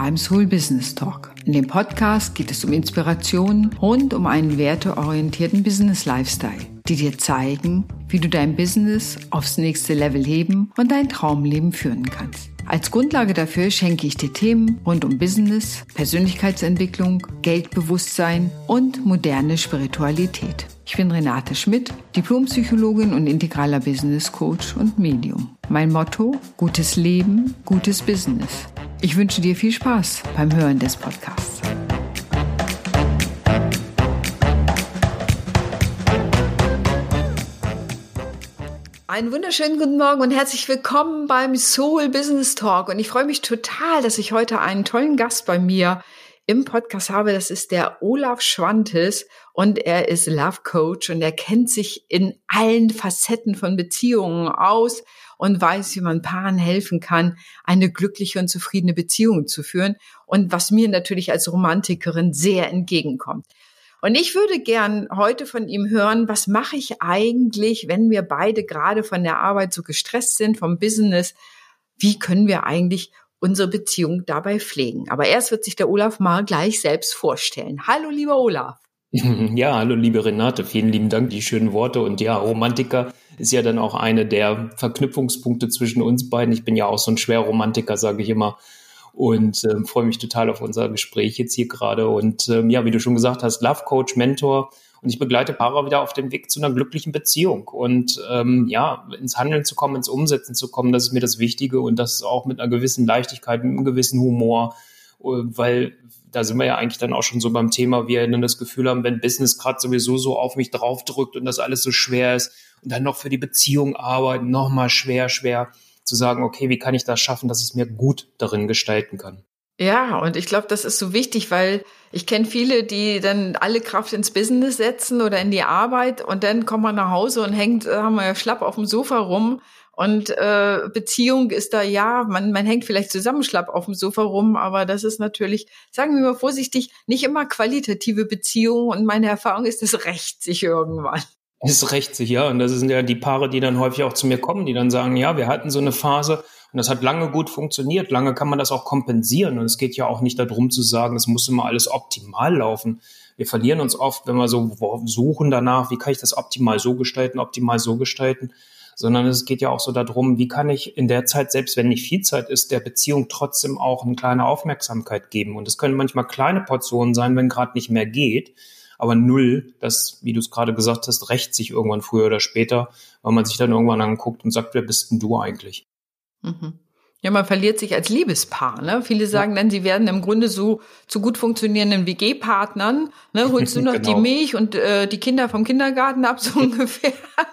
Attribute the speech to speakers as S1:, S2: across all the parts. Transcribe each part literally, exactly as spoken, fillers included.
S1: beim Soul Business Talk. In dem Podcast geht es um Inspiration rund um einen werteorientierten Business Lifestyle, die dir zeigen, wie du dein Business aufs nächste Level heben und dein Traumleben führen kannst. Als Grundlage dafür schenke ich dir Themen rund um Business, Persönlichkeitsentwicklung, Geldbewusstsein und moderne Spiritualität. Ich bin Renate Schmidt, Diplompsychologin und integraler Business Coach und Medium. Mein Motto: gutes Leben, gutes Business. Ich wünsche dir viel Spaß beim Hören des Podcasts. Einen wunderschönen guten Morgen und herzlich willkommen beim Soul Business Talk. Und ich freue mich total, dass ich heute einen tollen Gast bei mir im Podcast habe. Das ist der Olaf Schwantes und er ist Love Coach und er kennt sich in allen Facetten von Beziehungen aus und weiß, wie man Paaren helfen kann, eine glückliche und zufriedene Beziehung zu führen. Und was mir natürlich als Romantikerin sehr entgegenkommt. Und ich würde gern heute von ihm hören, was mache ich eigentlich, wenn wir beide gerade von der Arbeit so gestresst sind, vom Business? Wie können wir eigentlich unsere Beziehung dabei pflegen? Aber erst wird sich der Olaf mal gleich selbst vorstellen. Hallo, lieber Olaf.
S2: Ja, hallo, liebe Renate. Vielen lieben Dank, die schönen Worte. Und ja, Romantiker ist ja dann auch eine der Verknüpfungspunkte zwischen uns beiden. Ich bin ja auch so ein Schwerromantiker, sage ich immer. Und äh, freue mich total auf unser Gespräch jetzt hier gerade. Und ähm, ja, wie du schon gesagt hast, Love Coach, Mentor. Und ich begleite Paare wieder auf dem Weg zu einer glücklichen Beziehung. Und ähm, ja, ins Handeln zu kommen, ins Umsetzen zu kommen, das ist mir das Wichtige. Und das auch mit einer gewissen Leichtigkeit, mit einem gewissen Humor. Weil da sind wir ja eigentlich dann auch schon so beim Thema, wir dann das Gefühl haben, wenn Business gerade sowieso so auf mich draufdrückt und das alles so schwer ist und dann noch für die Beziehung arbeiten, nochmal schwer, schwer zu sagen, okay, wie kann ich das schaffen, dass ich es mir gut darin gestalten kann?
S1: Ja, und ich glaube, das ist so wichtig, weil ich kenne viele, die dann alle Kraft ins Business setzen oder in die Arbeit und dann kommt man nach Hause und hängt, haben wir ja schlapp auf dem Sofa rum. Und äh, Beziehung ist da, ja, man man hängt vielleicht zusammen schlapp auf dem Sofa rum, aber das ist natürlich, sagen wir mal vorsichtig, nicht immer qualitative Beziehung. Und meine Erfahrung ist, das rächt sich irgendwann.
S2: Es rächt sich, ja. Und das sind ja die Paare, die dann häufig auch zu mir kommen, die dann sagen, ja, wir hatten so eine Phase und das hat lange gut funktioniert. Lange kann man das auch kompensieren. Und es geht ja auch nicht darum zu sagen, es muss immer alles optimal laufen. Wir verlieren uns oft, wenn wir so suchen danach, wie kann ich das optimal so gestalten, optimal so gestalten. Sondern es geht ja auch so darum, wie kann ich in der Zeit, selbst wenn nicht viel Zeit ist, der Beziehung trotzdem auch eine kleine Aufmerksamkeit geben. Und es können manchmal kleine Portionen sein, wenn gerade nicht mehr geht. Aber null, das, wie du es gerade gesagt hast, rächt sich irgendwann früher oder später, weil man sich dann irgendwann anguckt und sagt, wer bist denn du eigentlich?
S1: Mhm. Ja, man verliert sich als Liebespaar, ne? Viele sagen ja dann, sie werden im Grunde so zu gut funktionierenden W G-Partnern, ne? Holst du noch genau. die Milch und äh, die Kinder vom Kindergarten ab, so ungefähr.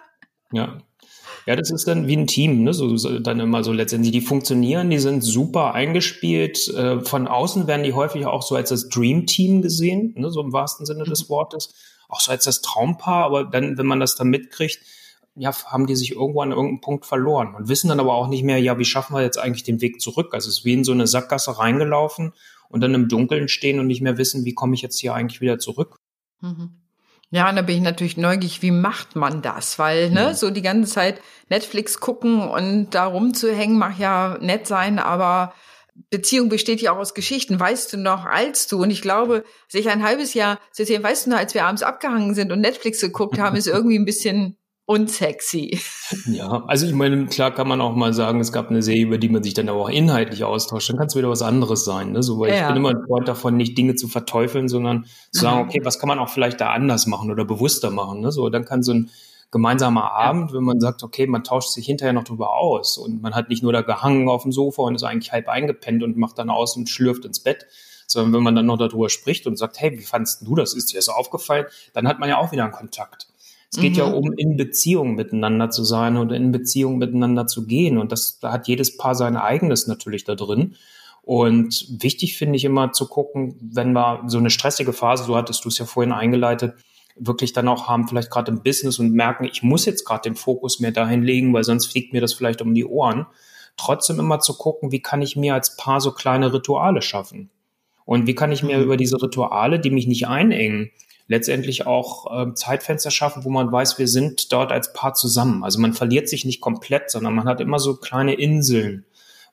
S2: Ja. Ja, das ist dann wie ein Team, ne? So, so dann immer so letztendlich. Die funktionieren, die sind super eingespielt. Äh, von außen werden die häufig auch so als das Dream Team gesehen, ne? So im wahrsten Sinne des Wortes. Auch so als das Traumpaar. Aber dann, wenn man das dann mitkriegt, ja, haben die sich irgendwo an irgendeinem Punkt verloren und wissen dann aber auch nicht mehr, ja, wie schaffen wir jetzt eigentlich den Weg zurück? Also es ist wie in so eine Sackgasse reingelaufen und dann im Dunkeln stehen und nicht mehr wissen, wie komme ich jetzt hier eigentlich wieder zurück?
S1: Mhm. Ja, und da bin ich natürlich neugierig, wie macht man das? Weil, ne, ja. so die ganze Zeit Netflix gucken und da rumzuhängen mag ja nett sein, aber Beziehung besteht ja auch aus Geschichten. Weißt du noch, als du, und ich glaube, sich ein halbes Jahr zu erzählen, weißt du noch, als wir abends abgehangen sind und Netflix geguckt haben, ist irgendwie ein bisschen unsexy.
S2: Ja, also ich meine, klar kann man auch mal sagen, es gab eine Serie, über die man sich dann aber auch inhaltlich austauscht, dann kann es wieder was anderes sein, ne? So, weil ja. ich bin immer ein Freund davon, nicht Dinge zu verteufeln, sondern zu sagen, okay, was kann man auch vielleicht da anders machen oder bewusster machen, ne? So, dann kann so ein gemeinsamer Abend, ja. wenn man sagt, okay, man tauscht sich hinterher noch drüber aus und man hat nicht nur da gehangen auf dem Sofa und ist eigentlich halb eingepennt und macht dann aus und schlürft ins Bett, sondern wenn man dann noch darüber spricht und sagt, hey, wie fandst du das? Ist dir das aufgefallen? Dann hat man ja auch wieder einen Kontakt. Es geht mhm. ja um, in Beziehung miteinander zu sein oder in Beziehung miteinander zu gehen. Und das, da hat jedes Paar sein eigenes natürlich da drin. Und wichtig finde ich immer zu gucken, wenn wir so eine stressige Phase, so hattest du es ja vorhin eingeleitet, wirklich dann auch haben, vielleicht gerade im Business und merken, ich muss jetzt gerade den Fokus mehr dahin legen, weil sonst fliegt mir das vielleicht um die Ohren. Trotzdem immer zu gucken, wie kann ich mir als Paar so kleine Rituale schaffen? Und wie kann ich mir über diese Rituale, die mich nicht einengen, letztendlich auch äh, Zeitfenster schaffen, wo man weiß, wir sind dort als Paar zusammen. Also man verliert sich nicht komplett, sondern man hat immer so kleine Inseln,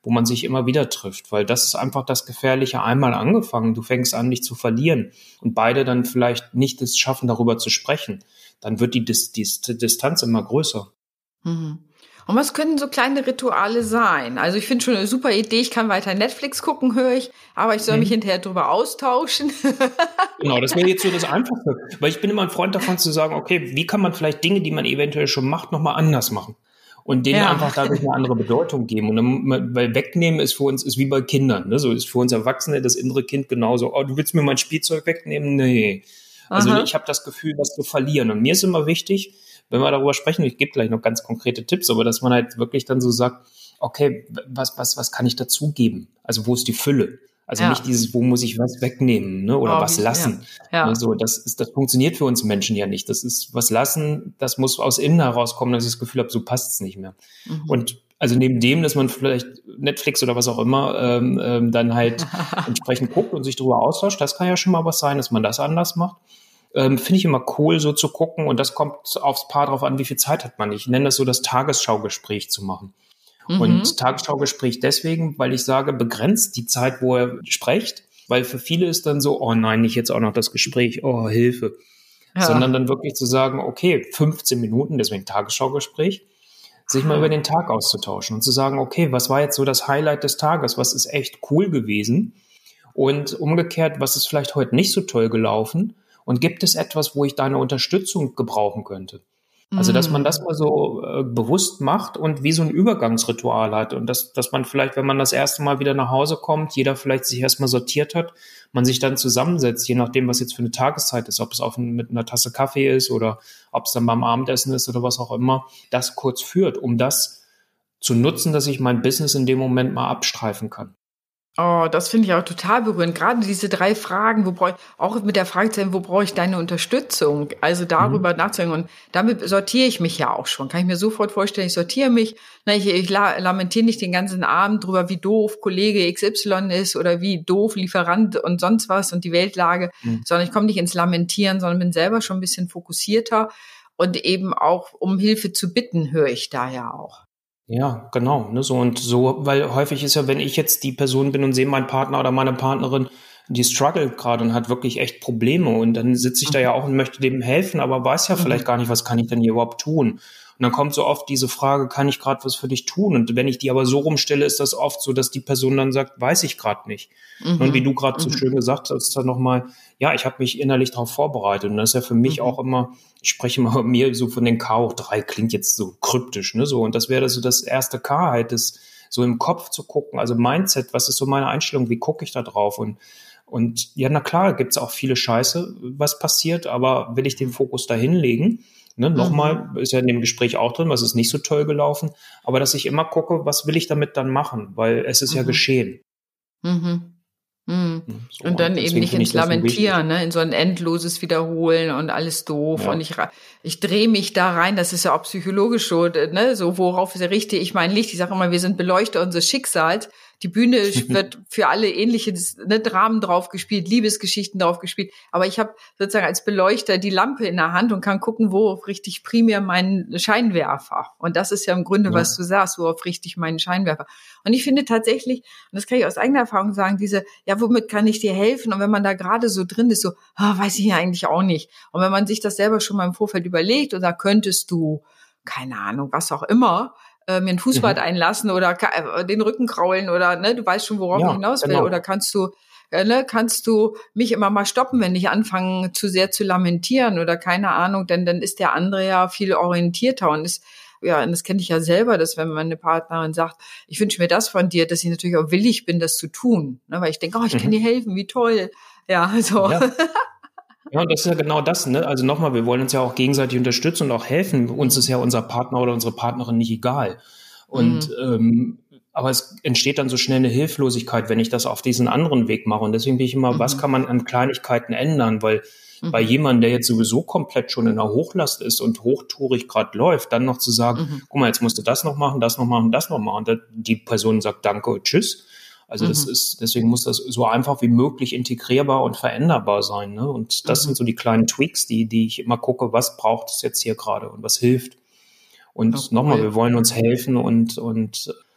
S2: wo man sich immer wieder trifft, weil das ist einfach das Gefährliche, einmal angefangen, du fängst an, dich zu verlieren und beide dann vielleicht nicht es schaffen, darüber zu sprechen, dann wird die, Dis- die Distanz immer größer.
S1: Mhm. Und was können so kleine Rituale sein? Also ich finde schon eine super Idee, ich kann weiter Netflix gucken, höre ich, aber ich soll mich mhm. hinterher drüber austauschen.
S2: Genau, das wäre jetzt so das Einfachste, weil ich bin immer ein Freund davon zu sagen, okay, wie kann man vielleicht Dinge, die man eventuell schon macht, nochmal anders machen und denen ja. einfach dadurch eine andere Bedeutung geben. Und dann, weil wegnehmen ist für uns, ist wie bei Kindern, ne? So ist für uns Erwachsene das innere Kind genauso, oh, du willst mir mein Spielzeug wegnehmen? Nee. Also Aha. ich habe das Gefühl, was zu verlieren. Und mir ist immer wichtig, wenn wir darüber sprechen, ich gebe gleich noch ganz konkrete Tipps, aber dass man halt wirklich dann so sagt, okay, was, was, was kann ich dazugeben? Also wo ist die Fülle? Also ja. nicht dieses, wo muss ich was wegnehmen, ne? Oder oh, was lassen. Ja. Ja. Also das ist, das funktioniert für uns Menschen ja nicht. Das ist was lassen, das muss aus innen herauskommen, dass ich das Gefühl habe, so passt es nicht mehr. Mhm. Und also neben dem, dass man vielleicht Netflix oder was auch immer ähm, ähm, dann halt entsprechend guckt und sich darüber austauscht, das kann ja schon mal was sein, dass man das anders macht. Ähm, finde ich immer cool, so zu gucken. Und das kommt aufs Paar drauf an, wie viel Zeit hat man. Ich nenne das so das Tagesschaugespräch zu machen. Mhm. Und Tagesschaugespräch deswegen, weil ich sage, begrenzt die Zeit, wo er spricht. Weil für viele ist dann so, oh nein, nicht jetzt auch noch das Gespräch, oh Hilfe. Ja. Sondern dann wirklich zu sagen, okay, fünfzehn Minuten, deswegen Tagesschaugespräch, sich mal über den Tag auszutauschen und zu sagen, okay, was war jetzt so das Highlight des Tages? Was ist echt cool gewesen? Und umgekehrt, was ist vielleicht heute nicht so toll gelaufen? Und gibt es etwas, wo ich deine Unterstützung gebrauchen könnte? Also, dass man das mal so äh, bewusst macht und wie so ein Übergangsritual hat. Und dass, dass man vielleicht, wenn man das erste Mal wieder nach Hause kommt, jeder vielleicht sich erstmal sortiert hat, man sich dann zusammensetzt, je nachdem, was jetzt für eine Tageszeit ist, ob es auf, mit einer Tasse Kaffee ist oder ob es dann beim Abendessen ist oder was auch immer, das kurz führt, um das zu nutzen, dass ich mein Business in dem Moment mal abstreifen kann.
S1: Oh, das finde ich auch total berührend. Gerade diese drei Fragen, wo brauche ich, auch mit der Frage, wo brauche ich deine Unterstützung? Also darüber mhm. nachzudenken. Und damit sortiere ich mich ja auch schon. Kann ich mir sofort vorstellen, ich sortiere mich. Ich, ich lamentiere nicht den ganzen Abend drüber, wie doof Kollege X Y ist oder wie doof Lieferant und sonst was und die Weltlage, mhm. sondern ich komme nicht ins Lamentieren, sondern bin selber schon ein bisschen fokussierter und eben auch um Hilfe zu bitten, höre ich da ja auch.
S2: Ja, genau. Ne, so und so, weil häufig ist ja, wenn ich jetzt die Person bin und sehe meinen Partner oder meine Partnerin, die struggelt gerade und hat wirklich echt Probleme und dann sitze ich mhm. da ja auch und möchte dem helfen, aber weiß ja mhm. vielleicht gar nicht, was kann ich denn hier überhaupt tun? Und dann kommt so oft diese Frage, kann ich gerade was für dich tun? Und wenn ich die aber so rumstelle, ist das oft so, dass die Person dann sagt, weiß ich gerade nicht. Mhm. Und wie du gerade mhm. so schön gesagt hast, dann nochmal, ja, ich habe mich innerlich darauf vorbereitet. Und das ist ja für mich mhm. auch immer, ich spreche mal bei mir so von den K O drei, klingt jetzt so kryptisch, ne? So, und das wäre so das erste K halt, das so im Kopf zu gucken. Also Mindset, was ist so meine Einstellung, wie gucke ich da drauf? Und Und ja, na klar, gibt's auch viele Scheiße, was passiert, aber will ich den Fokus dahin legen? Ne, mhm. Nochmal, ist ja in dem Gespräch auch drin, was ist nicht so toll gelaufen, aber dass ich immer gucke, was will ich damit dann machen, weil es ist mhm. ja geschehen.
S1: Mhm. Mhm. So, und dann und eben nicht ins Lamentieren, so ne, in so ein endloses Wiederholen und alles doof ja. und ich ich drehe mich da rein, das ist ja auch psychologisch so, ne, so worauf richte ich mein Licht? Ich sage immer, wir sind Beleuchter unseres Schicksals. Die Bühne wird für alle ähnliche ne, Dramen drauf gespielt, Liebesgeschichten drauf gespielt. Aber ich habe sozusagen als Beleuchter die Lampe in der Hand und kann gucken, worauf richte ich primär meinen Scheinwerfer. Und das ist ja im Grunde, ja. was du sagst, worauf richte ich meinen Scheinwerfer. Und ich finde tatsächlich, und das kann ich aus eigener Erfahrung sagen, diese, ja, womit kann ich dir helfen? Und wenn man da gerade so drin ist, so, ah, weiß ich ja eigentlich auch nicht. Und wenn man sich das selber schon mal im Vorfeld überlegt, oder könntest du, keine Ahnung, was auch immer, mir ein Fußbad mhm. einlassen oder den Rücken kraulen oder ne, du weißt schon, worauf ja, ich hinaus will. Genau. Oder kannst du, äh, ne, kannst du mich immer mal stoppen, wenn ich anfange, zu sehr zu lamentieren oder keine Ahnung, denn dann ist der andere ja viel orientierter und ist, ja, und das kenne ich ja selber, dass wenn meine Partnerin sagt, ich wünsche mir das von dir, dass ich natürlich auch willig bin, das zu tun, ne, weil ich denke, oh, ich mhm. kann dir helfen, wie toll. Ja, so. Ja.
S2: Ja, und das ist ja genau das, ne? Also nochmal, wir wollen uns ja auch gegenseitig unterstützen und auch helfen. Uns ist ja unser Partner oder unsere Partnerin nicht egal. Und mhm. ähm, aber es entsteht dann so schnell eine Hilflosigkeit, wenn ich das auf diesen anderen Weg mache. Und deswegen bin ich immer, mhm. was kann man an Kleinigkeiten ändern? Weil mhm. bei jemandem, der jetzt sowieso komplett schon in der Hochlast ist und hochtourig gerade läuft, dann noch zu sagen, mhm. guck mal, jetzt musst du das noch machen, das noch machen, das noch machen. Und die Person sagt Danke und Tschüss. Also das mhm. ist, deswegen muss das so einfach wie möglich integrierbar und veränderbar sein, ne? Und das mhm. sind so die kleinen Tweaks, die, die ich immer gucke, was braucht es jetzt hier gerade und was hilft. Und oh, nochmal, cool. wir wollen uns helfen und, und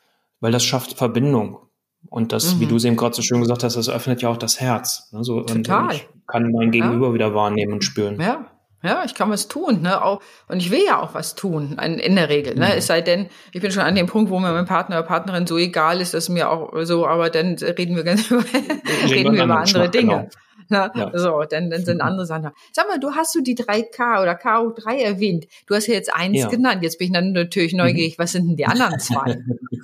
S2: weil das schafft Verbindung. Und das, mhm. wie du es eben gerade so schön gesagt hast, das öffnet ja auch das Herz. Ne? So,
S1: Total.
S2: Und ich kann mein Gegenüber ja. wieder wahrnehmen und spüren.
S1: Ja. Ja, ich kann was tun, ne? Auch, und ich will ja auch was tun, in der Regel, ne? Mhm. Es sei denn, ich bin schon an dem Punkt, wo mir mein Partner oder Partnerin so egal ist, dass mir auch so, aber dann reden wir ganz über, reden wir über andere Dinge. Genau. Na, ja. So, dann, dann sind andere Sachen. Sag mal, du hast du die drei K oder K O drei erwähnt. Du hast ja jetzt eins ja. genannt. Jetzt bin ich dann natürlich neugierig. Was sind denn die anderen zwei?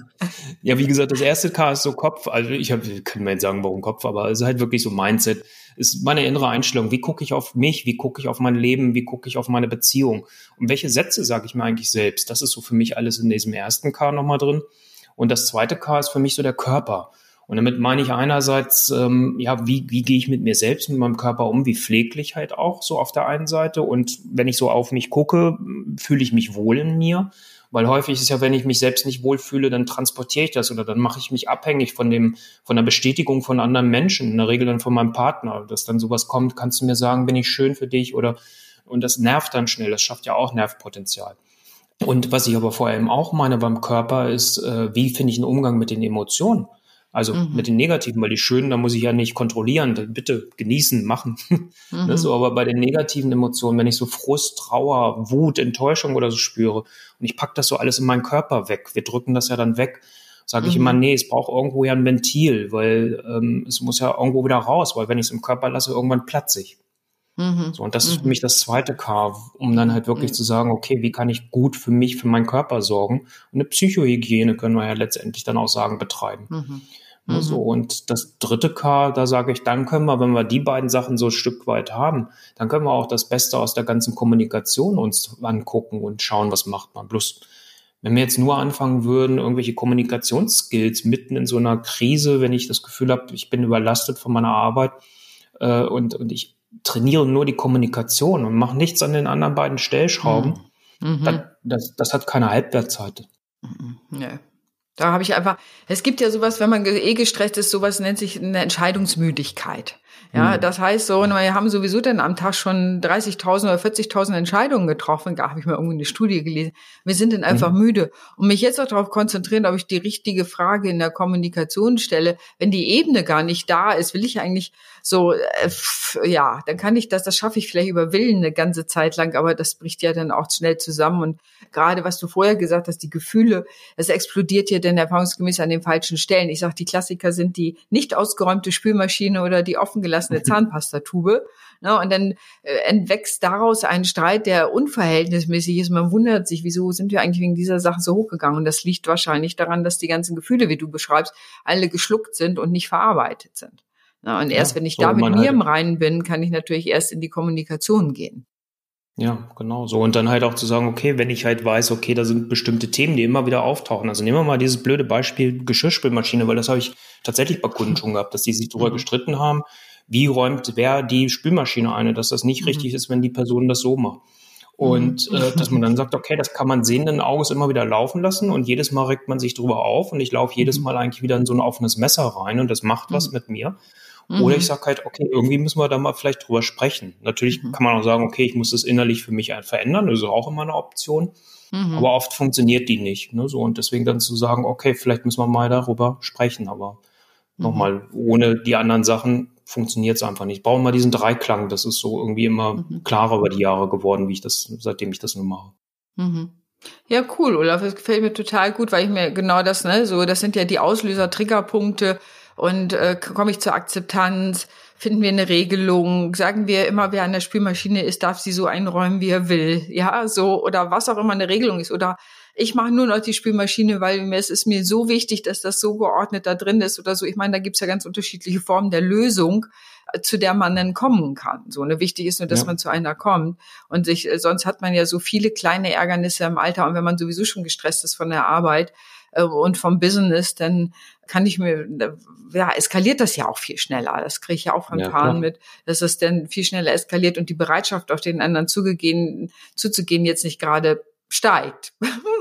S2: Ja, wie gesagt, das erste K ist so Kopf. Also ich hab, kann mir jetzt sagen, warum Kopf, aber es ist halt wirklich so Mindset. Ist meine innere Einstellung. Wie gucke ich auf mich? Wie gucke ich auf mein Leben? Wie gucke ich auf meine Beziehung? Und welche Sätze sage ich mir eigentlich selbst? Das ist so für mich alles in diesem ersten K nochmal drin. Und das zweite K ist für mich so der Körper. Und damit meine ich einerseits, ähm, ja, wie, wie gehe ich mit mir selbst, mit meinem Körper um, wie pfleglich halt auch so auf der einen Seite. Und wenn ich so auf mich gucke, fühle ich mich wohl in mir. Weil häufig ist es ja, wenn ich mich selbst nicht wohlfühle, dann transportiere ich das oder dann mache ich mich abhängig von dem, von der Bestätigung von anderen Menschen, in der Regel dann von meinem Partner. Dass dann sowas kommt, kannst du mir sagen, bin ich schön für dich oder, und das nervt dann schnell, das schafft ja auch Nervpotenzial. Und was ich aber vor allem auch meine beim Körper ist, äh, wie finde ich einen Umgang mit den Emotionen? Also mhm. mit den Negativen, weil die Schönen, da muss ich ja nicht kontrollieren, bitte genießen, machen. Mhm. Ne, so, aber bei den negativen Emotionen, wenn ich so Frust, Trauer, Wut, Enttäuschung oder so spüre und ich packe das so alles in meinen Körper weg, wir drücken das ja dann weg, sage mhm. ich immer, nee, es braucht irgendwo ja ein Ventil, weil ähm, es muss ja irgendwo wieder raus, weil wenn ich es im Körper lasse, irgendwann platze ich. Mhm. So, und das mhm. ist für mich das zweite K, um dann halt wirklich mhm. zu sagen, okay, wie kann ich gut für mich, für meinen Körper sorgen? Und eine Psychohygiene können wir ja letztendlich dann auch sagen, betreiben. Mhm. Mhm. So, und das dritte K, da sage ich, dann können wir, wenn wir die beiden Sachen so ein Stück weit haben, dann können wir auch das Beste aus der ganzen Kommunikation uns angucken und schauen, was macht man. Bloß, wenn wir jetzt nur anfangen würden, irgendwelche Kommunikationsskills mitten in so einer Krise, wenn ich das Gefühl habe, ich bin überlastet von meiner Arbeit äh, und, und ich trainiere nur die Kommunikation und mache nichts an den anderen beiden Stellschrauben, mhm. dann, das, das hat keine Halbwertszeit.
S1: Mhm. Nee. Da habe ich einfach, es gibt ja sowas, wenn man eh gestresst ist, sowas nennt sich eine Entscheidungsmüdigkeit. Ja, mhm. das heißt so, wir haben sowieso dann am Tag schon dreißigtausend oder vierzigtausend Entscheidungen getroffen. Da habe ich mal irgendwo eine Studie gelesen. Wir sind dann einfach mhm. müde. Und mich jetzt auch darauf konzentrieren, ob ich die richtige Frage in der Kommunikation stelle. Wenn die Ebene gar nicht da ist, will ich eigentlich so, äh, ja, dann kann ich das, das schaffe ich vielleicht über Willen eine ganze Zeit lang, aber das bricht ja dann auch schnell zusammen. Und gerade, was du vorher gesagt hast, die Gefühle, das explodiert ja dann erfahrungsgemäß an den falschen Stellen. Ich sage, die Klassiker sind die nicht ausgeräumte Spülmaschine oder die offen gelassene Zahnpastatube. Ne, und dann äh, entwächst daraus ein Streit, der unverhältnismäßig ist. Man wundert sich, wieso sind wir eigentlich wegen dieser Sache so hochgegangen? Und das liegt wahrscheinlich daran, dass die ganzen Gefühle, wie du beschreibst, alle geschluckt sind und nicht verarbeitet sind. Na, und erst ja, wenn ich so da mit mir halt im Reinen bin, kann ich natürlich erst in die Kommunikation gehen.
S2: Ja, genau so. Und dann halt auch zu sagen, okay, wenn ich halt weiß, okay, da sind bestimmte Themen, die immer wieder auftauchen. Also nehmen wir mal dieses blöde Beispiel Geschirrspülmaschine, weil das habe ich tatsächlich bei Kunden schon gehabt, dass die sich darüber mhm. gestritten haben, wie räumt wer die Spülmaschine ein, dass das nicht mhm. richtig ist, wenn die Person das so macht. Und mhm. äh, dass man dann sagt, okay, das kann man sehenden Auges immer wieder laufen lassen und jedes Mal regt man sich drüber auf und ich laufe jedes Mal eigentlich wieder in so ein offenes Messer rein und das macht was mhm. mit mir. Oder ich sage halt, okay, irgendwie müssen wir da mal vielleicht drüber sprechen. Natürlich mhm. kann man auch sagen, okay, ich muss das innerlich für mich verändern, das ist auch immer eine Option. Mhm. Aber oft funktioniert die nicht. Ne? So, und deswegen dann zu sagen, okay, vielleicht müssen wir mal darüber sprechen. Aber mhm. nochmal, ohne die anderen Sachen funktioniert es einfach nicht. Ich brauche mal diesen Dreiklang, das ist so irgendwie immer mhm. klarer über die Jahre geworden, wie ich das, seitdem ich das nur mache.
S1: Mhm. Ja, cool, Olaf, das gefällt mir total gut, weil ich mir genau das, ne, so, das sind ja die Auslöser, Triggerpunkte. Und äh, komme ich zur Akzeptanz, finden wir eine Regelung, sagen wir immer, wer an der Spülmaschine ist, darf sie so einräumen, wie er will, ja, so, oder was auch immer eine Regelung ist, oder ich mache nur noch die Spülmaschine, weil mir es ist mir so wichtig, dass das so geordnet da drin ist oder so. Ich meine, da gibt's ja ganz unterschiedliche Formen der Lösung, zu der man dann kommen kann. So, ne, wichtig ist nur, dass ja. man zu einer kommt. Und sich, sonst hat man ja so viele kleine Ärgernisse im Alter. Und wenn man sowieso schon gestresst ist von der Arbeit äh, und vom Business, dann kann ich mir, ja, eskaliert das ja auch viel schneller. Das kriege ich ja auch von ja, Paaren mit, dass es dann viel schneller eskaliert und die Bereitschaft, auf den anderen zugegehen, zuzugehen, jetzt nicht gerade steigt.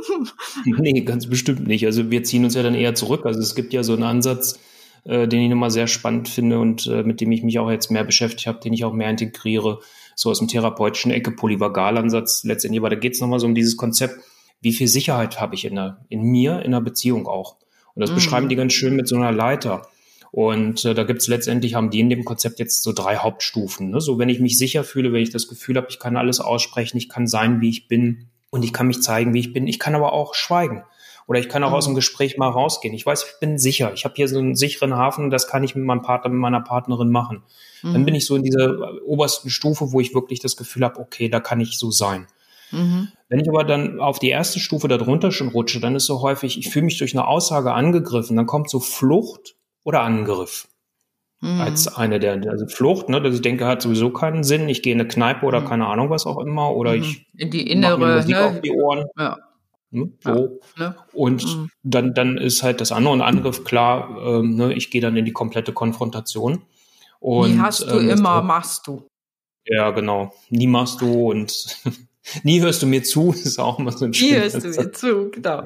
S2: Nee, ganz bestimmt nicht. Also wir ziehen uns ja dann eher zurück. Also es gibt ja so einen Ansatz, äh, den ich nochmal sehr spannend finde und äh, mit dem ich mich auch jetzt mehr beschäftigt habe, den ich auch mehr integriere, so aus dem therapeutischen Ecke, Polyvagalansatz letztendlich. Aber da geht es nochmal so um dieses Konzept, wie viel Sicherheit habe ich in, der, in mir, in einer Beziehung auch. Und das
S1: Mhm.
S2: beschreiben die ganz schön mit so einer Leiter. Und äh, da gibt's letztendlich, haben die in dem Konzept jetzt so drei Hauptstufen. Ne? So, wenn ich mich sicher fühle, wenn ich das Gefühl habe, ich kann alles aussprechen, ich kann sein, wie ich bin und ich kann mich zeigen, wie ich bin. Ich kann aber auch schweigen. Oder ich kann auch
S1: Mhm.
S2: aus dem Gespräch mal rausgehen. Ich weiß, ich bin sicher. Ich habe hier so einen sicheren Hafen, das kann ich mit meinem Partner, mit meiner Partnerin machen.
S1: Mhm.
S2: Dann bin ich so in dieser obersten Stufe, wo ich wirklich das Gefühl habe, okay, da kann ich so sein.
S1: Mhm.
S2: Wenn ich aber dann auf die erste Stufe darunter schon rutsche, dann ist so häufig, ich fühle mich durch eine Aussage angegriffen, dann kommt so Flucht oder Angriff.
S1: Mhm.
S2: Als eine der, also Flucht, ne, dass ich denke, hat sowieso keinen Sinn. Ich gehe in eine Kneipe oder
S1: Mhm.
S2: keine Ahnung was auch immer, oder
S1: Mhm.
S2: ich
S1: In die
S2: mache mir
S1: innere,
S2: Musik auf
S1: ne?
S2: die Ohren.
S1: Ja.
S2: Ne,
S1: Ja.
S2: so.
S1: Ne?
S2: Und
S1: Mhm.
S2: dann, dann ist halt das andere, ein Angriff, klar, ähm, ne, ich gehe dann in die komplette Konfrontation. Und,
S1: Nie hast du,
S2: ähm,
S1: immer
S2: das,
S1: machst du.
S2: ja, genau. Nie machst du und nie hörst du mir zu, ist auch immer so ein
S1: Nie
S2: schöner
S1: hörst du
S2: Satz.
S1: mir zu, genau.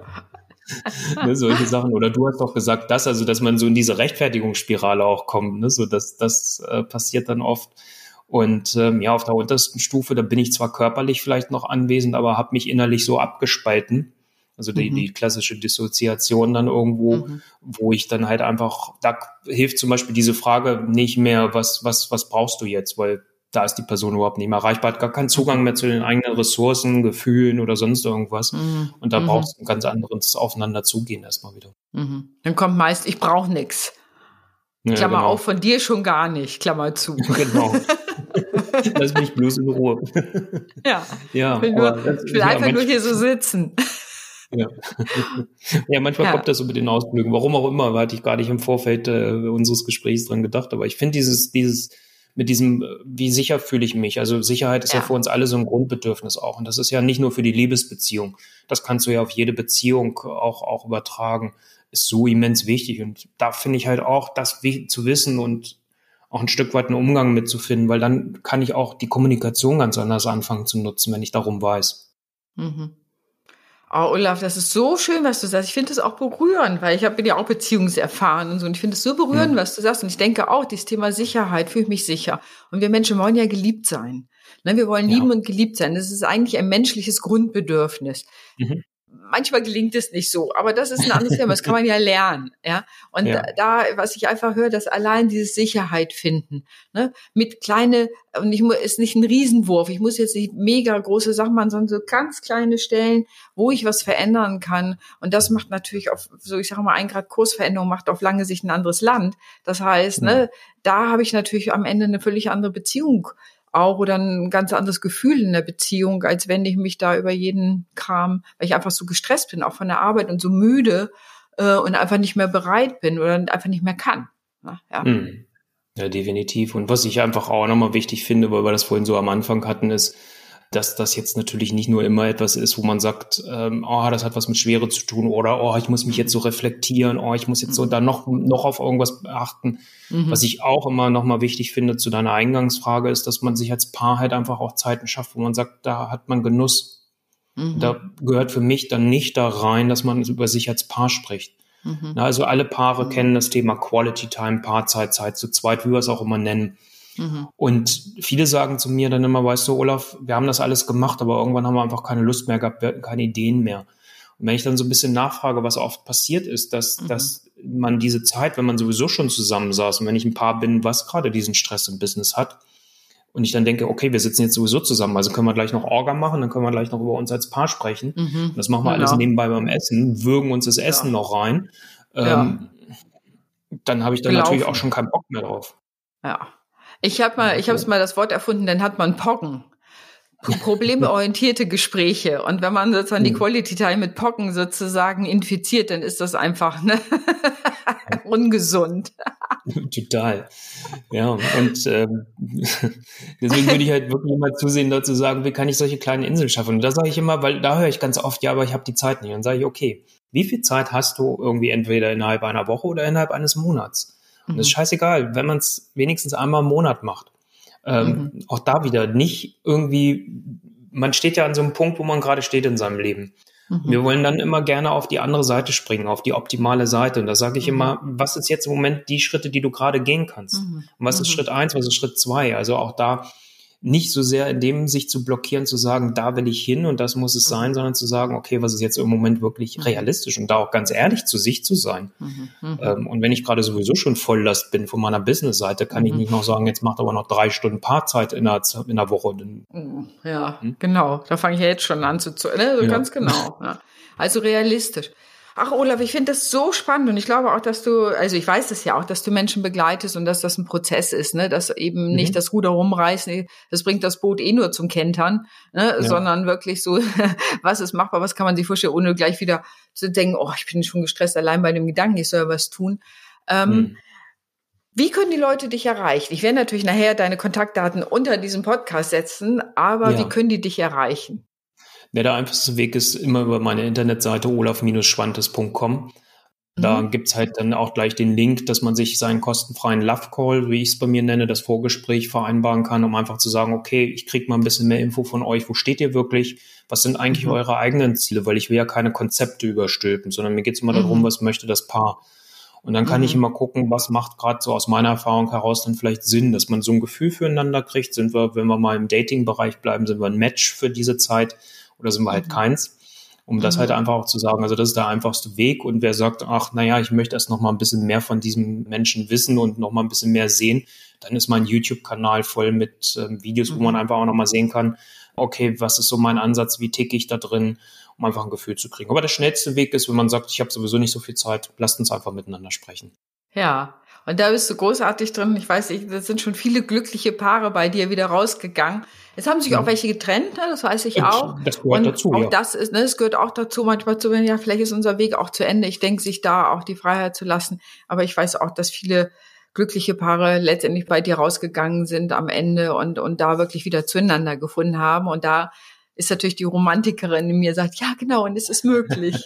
S2: Ne, solche Sachen. Oder du hast doch gesagt, das, also dass man so in diese Rechtfertigungsspirale auch kommt, ne, so dass das äh, passiert dann oft. Und ähm, ja, auf der untersten Stufe, da bin ich zwar körperlich vielleicht noch anwesend, aber habe mich innerlich so abgespalten. Also die,
S1: Mhm.
S2: die klassische Dissoziation dann irgendwo,
S1: Mhm.
S2: wo ich dann halt einfach, da hilft zum Beispiel diese Frage nicht mehr, was, was, was brauchst du jetzt? Weil da ist die Person überhaupt nicht mehr erreichbar, hat gar keinen Zugang mehr zu den eigenen Ressourcen, Gefühlen oder sonst irgendwas.
S1: Mhm.
S2: Und da
S1: Mhm.
S2: brauchst du ein ganz anderes Aufeinanderzugehen erstmal wieder.
S1: Mhm. Dann kommt meist, ich brauche nichts.
S2: Ja,
S1: Klammer
S2: genau.
S1: auf, von dir schon gar nicht, Klammer zu.
S2: Genau. Lass mich bloß in Ruhe.
S1: Ja,
S2: Ja,
S1: ich will,
S2: aber
S1: nur,
S2: das,
S1: ich will
S2: ja,
S1: einfach nur
S2: manch,
S1: hier so sitzen.
S2: ja. Ja, manchmal
S1: Ja.
S2: kommt das so mit den Ausflügen. Warum auch immer, hatte ich gar nicht im Vorfeld äh, unseres Gesprächs dran gedacht. Aber ich finde dieses, dieses, mit diesem, äh, wie sicher fühle ich mich? Also Sicherheit ist ja.
S1: Ja.
S2: für uns alle so ein Grundbedürfnis auch. Und das ist ja nicht nur für die Liebesbeziehung. Das kannst du ja auf jede Beziehung auch, auch übertragen. Ist so immens wichtig. Und da finde ich halt auch, das wi- zu wissen und auch ein Stück weit einen Umgang mitzufinden, weil dann kann ich auch die Kommunikation ganz anders anfangen zu nutzen, wenn ich darum weiß.
S1: Mhm. Oh, Olaf, das ist so schön, was du sagst. Ich finde das auch berührend, weil ich hab, bin ja auch beziehungserfahren und so. Und ich finde es so berührend,
S2: Mhm.
S1: was du sagst. Und ich denke auch, dieses Thema Sicherheit, fühle ich mich sicher. Und wir Menschen wollen ja geliebt sein. Ne, wir wollen
S2: Ja.
S1: lieben und geliebt sein. Das ist eigentlich ein menschliches Grundbedürfnis.
S2: Mhm.
S1: Manchmal gelingt es nicht so, aber das ist ein anderes Thema. Das kann man ja lernen, ja. Und
S2: Ja.
S1: da, was ich einfach höre, dass allein dieses Sicherheit finden, ne, mit kleine, und ich muss, ist nicht ein Riesenwurf. Ich muss jetzt nicht mega große Sachen machen, sondern so ganz kleine Stellen, wo ich was verändern kann. Und das macht natürlich auf, so ich sage mal, ein Grad Kursveränderung macht auf lange Sicht ein anderes Land. Das heißt,
S2: Mhm.
S1: ne, da habe ich natürlich am Ende eine völlig andere Beziehung auch oder ein ganz anderes Gefühl in der Beziehung, als wenn ich mich da über jeden Kram, weil ich einfach so gestresst bin, auch von der Arbeit und so müde äh, und einfach nicht mehr bereit bin oder einfach nicht mehr kann. Na, ja.
S2: Mhm. Ja, definitiv. Und was ich einfach auch nochmal wichtig finde, weil wir das vorhin so am Anfang hatten, ist, dass das jetzt natürlich nicht nur immer etwas ist, wo man sagt, ähm, oh, das hat was mit Schwere zu tun oder oh, ich muss mich jetzt so reflektieren, oh, ich muss jetzt so da noch, noch auf irgendwas beachten.
S1: Mhm.
S2: Was ich auch immer nochmal wichtig finde zu deiner Eingangsfrage ist, dass man sich als Paar halt einfach auch Zeiten schafft, wo man sagt, da hat man Genuss.
S1: Mhm.
S2: Da gehört für mich dann nicht da rein, dass man über sich als Paar spricht.
S1: Mhm.
S2: Na, also alle Paare
S1: Mhm.
S2: kennen das Thema Quality Time, Paarzeit, Zeit zu zweit, wie wir es auch immer nennen.
S1: Mhm.
S2: Und viele sagen zu mir dann immer, weißt du, Olaf, wir haben das alles gemacht, aber irgendwann haben wir einfach keine Lust mehr gehabt, wir hatten keine Ideen mehr. Und wenn ich dann so ein bisschen nachfrage, was oft passiert ist, dass,
S1: Mhm.
S2: dass man diese Zeit, wenn man sowieso schon zusammensaß und wenn ich ein Paar bin, was gerade diesen Stress im Business hat, und ich dann denke, okay, wir sitzen jetzt sowieso zusammen, also können wir gleich noch Orga machen, dann können wir gleich noch über uns als Paar sprechen.
S1: Mhm.
S2: Und das machen wir
S1: Genau.
S2: alles nebenbei beim Essen, würgen uns das Essen
S1: Ja.
S2: noch rein.
S1: Ja.
S2: Ähm, dann habe ich dann
S1: Gelaufen.
S2: natürlich auch schon keinen Bock mehr drauf.
S1: Ja. Ich habe mal, ich habe es mal das Wort erfunden, dann hat man Pocken. P- Problemorientierte Gespräche. Und wenn man sozusagen die
S2: Mhm.
S1: Quality Time mit Pocken sozusagen infiziert, dann ist das einfach ne? ungesund.
S2: Total. Ja, und ähm, deswegen würde ich halt wirklich immer zusehen, da zu sagen, wie kann ich solche kleinen Inseln schaffen? Und da sage ich immer, weil da höre ich ganz oft, ja, aber ich habe die Zeit nicht. Und dann sage ich, okay, wie viel Zeit hast du irgendwie entweder innerhalb einer Woche oder innerhalb eines Monats? Und das ist scheißegal, wenn man es wenigstens einmal im Monat macht. Ähm,
S1: Mhm.
S2: Auch da wieder nicht irgendwie, man steht ja an so einem Punkt, wo man gerade steht in seinem Leben.
S1: Mhm.
S2: Wir wollen dann immer gerne auf die andere Seite springen, auf die optimale Seite. Und da sage ich
S1: Mhm.
S2: immer, was ist jetzt im Moment die Schritte, die du gerade gehen kannst?
S1: Mhm.
S2: Und was ist
S1: Mhm.
S2: Schritt eins, was ist Schritt zwei? Also auch da nicht so sehr in dem sich zu blockieren, zu sagen, da will ich hin und das muss es sein, sondern zu sagen, okay, was ist jetzt im Moment wirklich realistisch und da auch ganz ehrlich zu sich zu sein. Mhm. Ähm, und wenn ich gerade sowieso schon Volllast bin von meiner Business-Seite, kann mhm. ich nicht noch sagen, jetzt macht aber noch drei Stunden Paarzeit in der, in der Woche.
S1: Ja, hm? genau. Da fange ich ja jetzt schon an zu, ne? So ja. Ganz genau. Ja. Also realistisch. Ach, Olaf, ich finde das so spannend und ich glaube auch, dass du, also ich weiß das ja auch, dass du Menschen begleitest und dass das ein Prozess ist, ne, dass eben mhm. nicht das Ruder rumreißen, das bringt das Boot eh nur zum Kentern, ne, ja. sondern wirklich so, was ist machbar, was kann man sich vorstellen, ohne gleich wieder zu denken, oh, ich bin schon gestresst allein bei dem Gedanken, ich soll was tun. Ähm, mhm. Wie können die Leute dich erreichen? Ich werde natürlich nachher deine Kontaktdaten unter diesem Podcast setzen, aber ja. wie können die dich erreichen?
S2: Ja, der einfachste Weg ist immer über meine Internetseite olaf schwantes punkt com. Da mhm. gibt's halt dann auch gleich den Link, dass man sich seinen kostenfreien Love Call, wie ich es bei mir nenne, das Vorgespräch vereinbaren kann, um einfach zu sagen, okay, ich kriege mal ein bisschen mehr Info von euch, wo steht ihr wirklich, was sind eigentlich mhm. eure eigenen Ziele, weil ich will ja keine Konzepte überstülpen, sondern mir geht's immer mhm. darum, was möchte das Paar. Und dann kann mhm. ich immer gucken, was macht gerade so aus meiner Erfahrung heraus dann vielleicht Sinn, dass man so ein Gefühl füreinander kriegt. Sind wir, wenn wir mal im Dating-Bereich bleiben, sind wir ein Match für diese Zeit oder sind wir halt keins? Um das mhm. halt einfach auch zu sagen, also das ist der einfachste Weg. Und wer sagt, ach, naja, ich möchte erst noch mal ein bisschen mehr von diesem Menschen wissen und noch mal ein bisschen mehr sehen, dann ist mein YouTube-Kanal voll mit ähm, Videos, mhm. wo man einfach auch noch mal sehen kann, okay, was ist so mein Ansatz, wie ticke ich da drin, um einfach ein Gefühl zu kriegen. Aber der schnellste Weg ist, wenn man sagt, ich habe sowieso nicht so viel Zeit, lasst uns einfach miteinander sprechen.
S1: Ja, und da bist du großartig drin. Ich weiß, ich, das sind schon viele glückliche Paare bei dir wieder rausgegangen. Es haben sich ja. auch welche getrennt, ne? Das weiß ich und auch.
S2: Das gehört und dazu,
S1: auch
S2: ja.
S1: das ist, ne, es gehört auch dazu, manchmal zu werden, ja, vielleicht ist unser Weg auch zu Ende. Ich denke, sich da auch die Freiheit zu lassen. Aber ich weiß auch, dass viele glückliche Paare letztendlich bei dir rausgegangen sind am Ende und, und da wirklich wieder zueinander gefunden haben. Und da ist natürlich die Romantikerin in mir sagt, ja genau, und es ist möglich.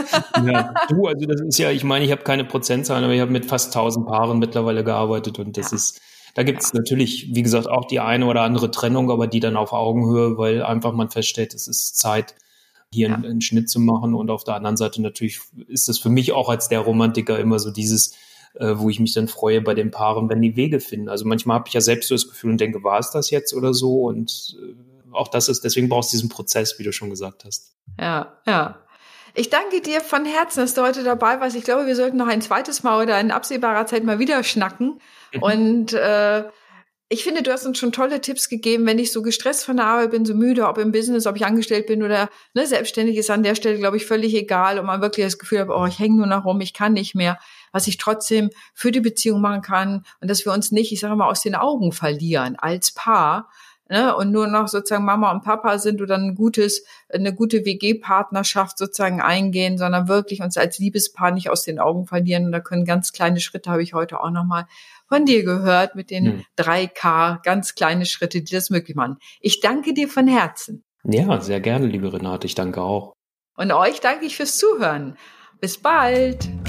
S2: Ja, du, also das ist ja, ich meine, ich habe keine Prozentzahlen, aber ich habe mit fast tausend Paaren mittlerweile gearbeitet und das ja. ist, da gibt es ja. natürlich, wie gesagt, auch die eine oder andere Trennung, aber die dann auf Augenhöhe, weil einfach man feststellt, es ist Zeit, hier ja. einen, einen Schnitt zu machen und auf der anderen Seite natürlich ist das für mich auch als der Romantiker immer so dieses, äh, wo ich mich dann freue bei den Paaren, wenn die Wege finden. Also manchmal habe ich ja selbst so das Gefühl und denke, war es das jetzt oder so und äh, auch das ist, deswegen brauchst du diesen Prozess, wie du schon gesagt hast.
S1: Ja, ja. Ich danke dir von Herzen, dass du heute dabei warst. Ich glaube, wir sollten noch ein zweites Mal oder in absehbarer Zeit mal wieder schnacken. Mhm. Und äh, ich finde, du hast uns schon tolle Tipps gegeben, wenn ich so gestresst von der Arbeit bin, so müde, ob im Business, ob ich angestellt bin oder ne, selbstständig, ist an der Stelle, glaube ich, völlig egal. Und man wirklich das Gefühl hat, oh, ich hänge nur noch rum, ich kann nicht mehr. Was ich trotzdem für die Beziehung machen kann und dass wir uns nicht, ich sage mal, aus den Augen verlieren als Paar. Ne, und nur noch sozusagen Mama und Papa sind oder ein gutes, eine gute W G-Partnerschaft sozusagen eingehen, sondern wirklich uns als Liebespaar nicht aus den Augen verlieren. Und da können ganz kleine Schritte, habe ich heute auch nochmal von dir gehört, mit den hm. drei K, ganz kleine Schritte, die das möglich machen. Ich danke dir von Herzen.
S2: Ja, sehr gerne, liebe Renate. Ich danke auch.
S1: Und euch danke ich fürs Zuhören. Bis bald.